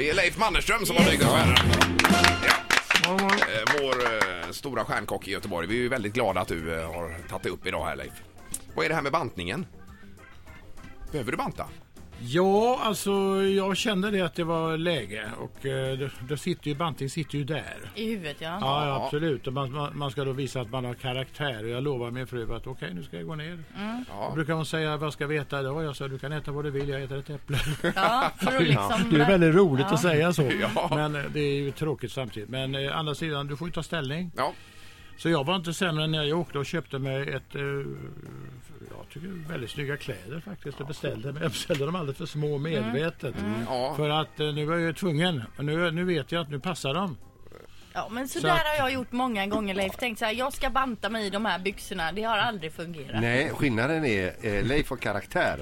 Det är Leif Mannerström som har dykt upp här. Vår stora stjärnkock i Göteborg. Vi är ju väldigt glada att du har tagit upp idag här, Leif. Vad är det här med bantningen? Behöver du banta? Ja, alltså jag kände det att det var läge och då sitter ju bantning sitter ju där. I huvudet, ja. Ja, absolut. Och man ska då visa att man har karaktär och jag lovar min fru att okej, nu ska jag gå ner. Ja. Och brukar hon säga, vad ska vi äta då? Jag sa, du kan äta vad du vill, jag äter ett äpple. Ja, för att liksom... Det är väldigt roligt att säga så. Men det är ju tråkigt samtidigt. Men andra sidan, du får ju ta ställning. Ja. Så jag var inte sämre när jag åkte och köpte mig ett jag tycker väldigt snygga kläder faktiskt. Jag beställde dem alldeles för små medvetet. För att nu var jag ju tvungen. Nu vet jag att nu passar de. Ja, men så där har jag gjort många gånger, Leif. Tänkt så här, jag ska banta mig i de här byxorna. Det har aldrig fungerat. Nej, skillnaden är Leif och karaktär.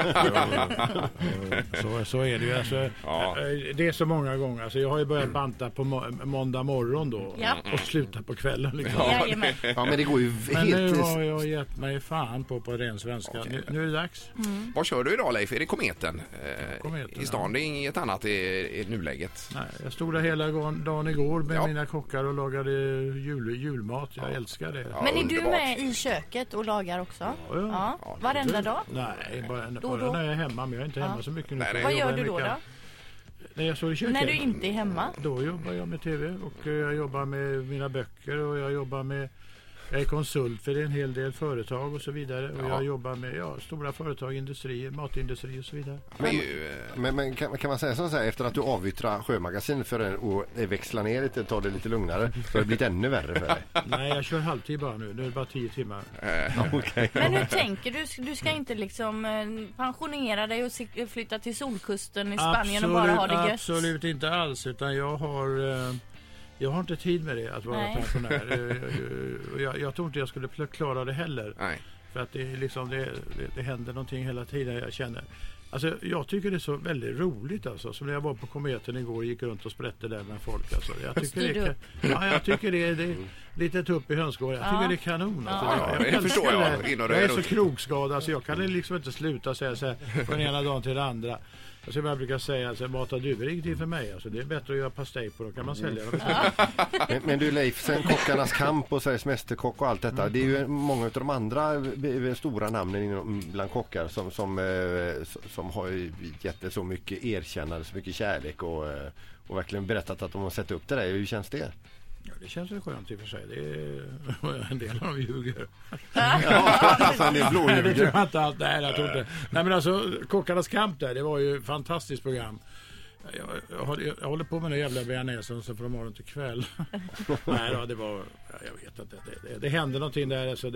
Så är det ju. Alltså, det är så många gånger. Alltså, jag har ju börjat banta på måndag morgon då. Och sluta på kvällen. Liksom. Ja, men det går ju men nu har jag gett mig fan på ren svenska. Okay. Nu är det dags. Vad kör du idag, Leif? Är det Kometen? I stan? Det är inget annat i nuläget? Nej, jag stod där hela dagen igår med mina kockar och lagade julmat. Jag älskar det. Men är du med i köket och lagar också? Ja. Varenda dag? Nej, bara när jag är hemma. Men jag är inte hemma så mycket nu. Vad gör du då? När jag står i köket. När du inte är hemma? Då jobbar jag med tv och jag jobbar med mina böcker och jag är konsult för en hel del företag och så vidare. Och jag jobbar med stora företag, industrier, matindustri och så vidare. Men kan man säga så här, efter att du avyttrar Sjömagasin för att växla ner lite, ta det lite lugnare, så har det blivit ännu värre för dig? Nej, jag kör halvtid bara nu. Nu är det bara 10 timmar. Okay. Men hur tänker du? Du ska inte liksom pensionera dig och flytta till solkusten i Spanien och bara ha det gött? Absolut inte alls, utan jag har inte tid med det att vara pensionär. Jag tror inte jag skulle klara det heller. Nej. För att det är liksom det händer någonting hela tiden, jag känner. Alltså jag tycker det är så väldigt roligt alltså. Som när jag var på Kometen igår och gick runt och sprätte där med folk alltså. Jag tycker det är lite tupp i hönsgården. Jag tycker det är kanon alltså. Det förstår jag. Jag är så krokskadad alltså jag kan liksom inte sluta säga så här från ena dagen till den andra. Alltså jag brukar säga alltså, mata duvor är ingenting för mig alltså. Det är bättre att göra pastej på, då kan man sälja dem. Men du Leif, sen Kockarnas kamp och Sveriges mästerkock och allt detta, det är ju många av de andra stora namnen bland kockar som har gett så mycket erkännande, så mycket kärlek och verkligen berättat att de har sett upp det där. Hur känns det? Ja, det känns ju skönt i och för sig. Det är en del av dem ljuger. Alltså, det är blåljuger. Det tror jag inte allt. Nej, jag tror inte. Nej, men alltså, Kockarnas kamp där, det var ju ett fantastiskt program. Jag håller på med den jävla bearnaisen så från morgon till kväll. Nej då, det var... Jag vet inte. Det hände någonting där. Alltså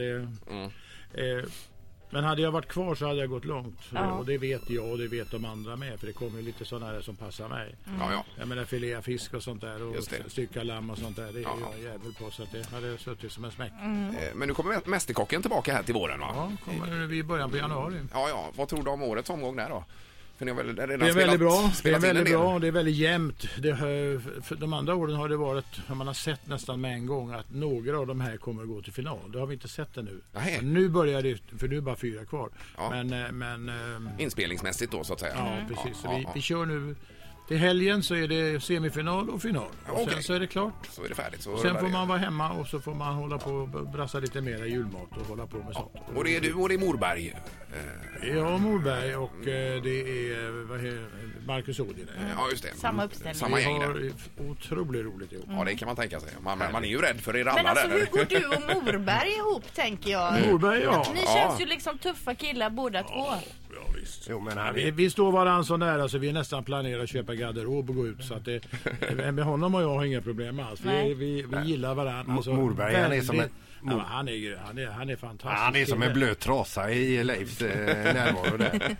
men hade jag varit kvar så hade jag gått långt. Och det vet jag och det vet de andra med. För det kommer ju lite sådana här som passar mig. Jag menar filea fisk och sånt där. Och stycka lamm och sånt där. Det är jag jävel på, så att det hade suttit som en smäck. Men nu kommer mästerkocken tillbaka här till våren, va? Ja, kommer vi i början på januari. Ja. Vad tror du om årets omgång där då? För det är väldigt bra. Det är väldigt bra. Det är väldigt jämnt. För de andra åren har det varit, man har sett nästan med en gång att några av de här kommer att gå till final. Det har vi inte sett det nu. Nu börjar det, för nu är bara 4 kvar. Men inspelningsmässigt då så att säga. Ja, precis. Så vi kör nu. Till helgen så är det semifinal och final. Och sen så är det klart. Så är det färdigt. Sen får man vara hemma och så får man hålla på och brassa lite mer julmat och hålla på med sånt. Och det är du och det är Morberg? Ja, Morberg och det är Marcus Odin. Ja, just det. Samma uppställning. Samma gäng där. Vi har otroligt roligt ihop. Ja, det kan man tänka sig. Man är ju rädd för er alla. Men alltså, där. hur går du och Morberg ihop, tänker jag? Morberg, ja. Ni känns ju liksom tuffa killar båda två. Jo, men vi står varann så nära så vi nästan planerar att köpa garderob och gå ut, så att med honom och jag har inga problem alls. Vi gillar varandra. Alltså, Morberg, han är som en... han är fantastisk. Han är som en blöt trasa i Leifs närvaro där.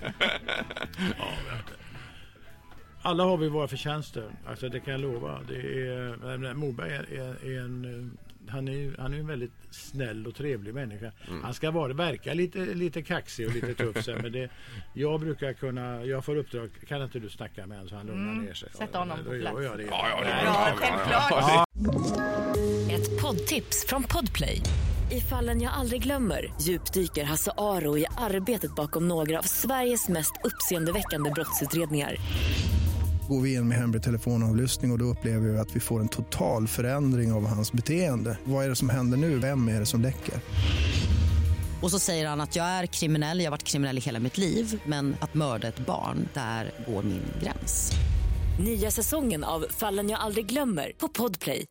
Alla har vi våra förtjänster. Alltså det kan jag lova. Morberg är en... Han är en väldigt snäll och trevlig människa. Han ska verka lite kaxig och lite tuff sen, men jag får uppdrag, kan inte du snacka med honom så han lugnar ner sig. Sätta honom på plats. Ja, självklart. Ett poddtips från Podplay. I Fallen jag aldrig glömmer djupdyker Hasse Aro i arbetet bakom några av Sveriges mest uppseendeväckande brottsutredningar. Går vi in med hemlig telefonavlyssning och då upplever vi att vi får en total förändring av hans beteende. Vad är det som händer nu? Vem är det som läcker? Och så säger han att jag är kriminell, jag har varit kriminell i hela mitt liv. Men att mörda ett barn, där går min gräns. Nya säsongen av Fallen jag aldrig glömmer på Podplay.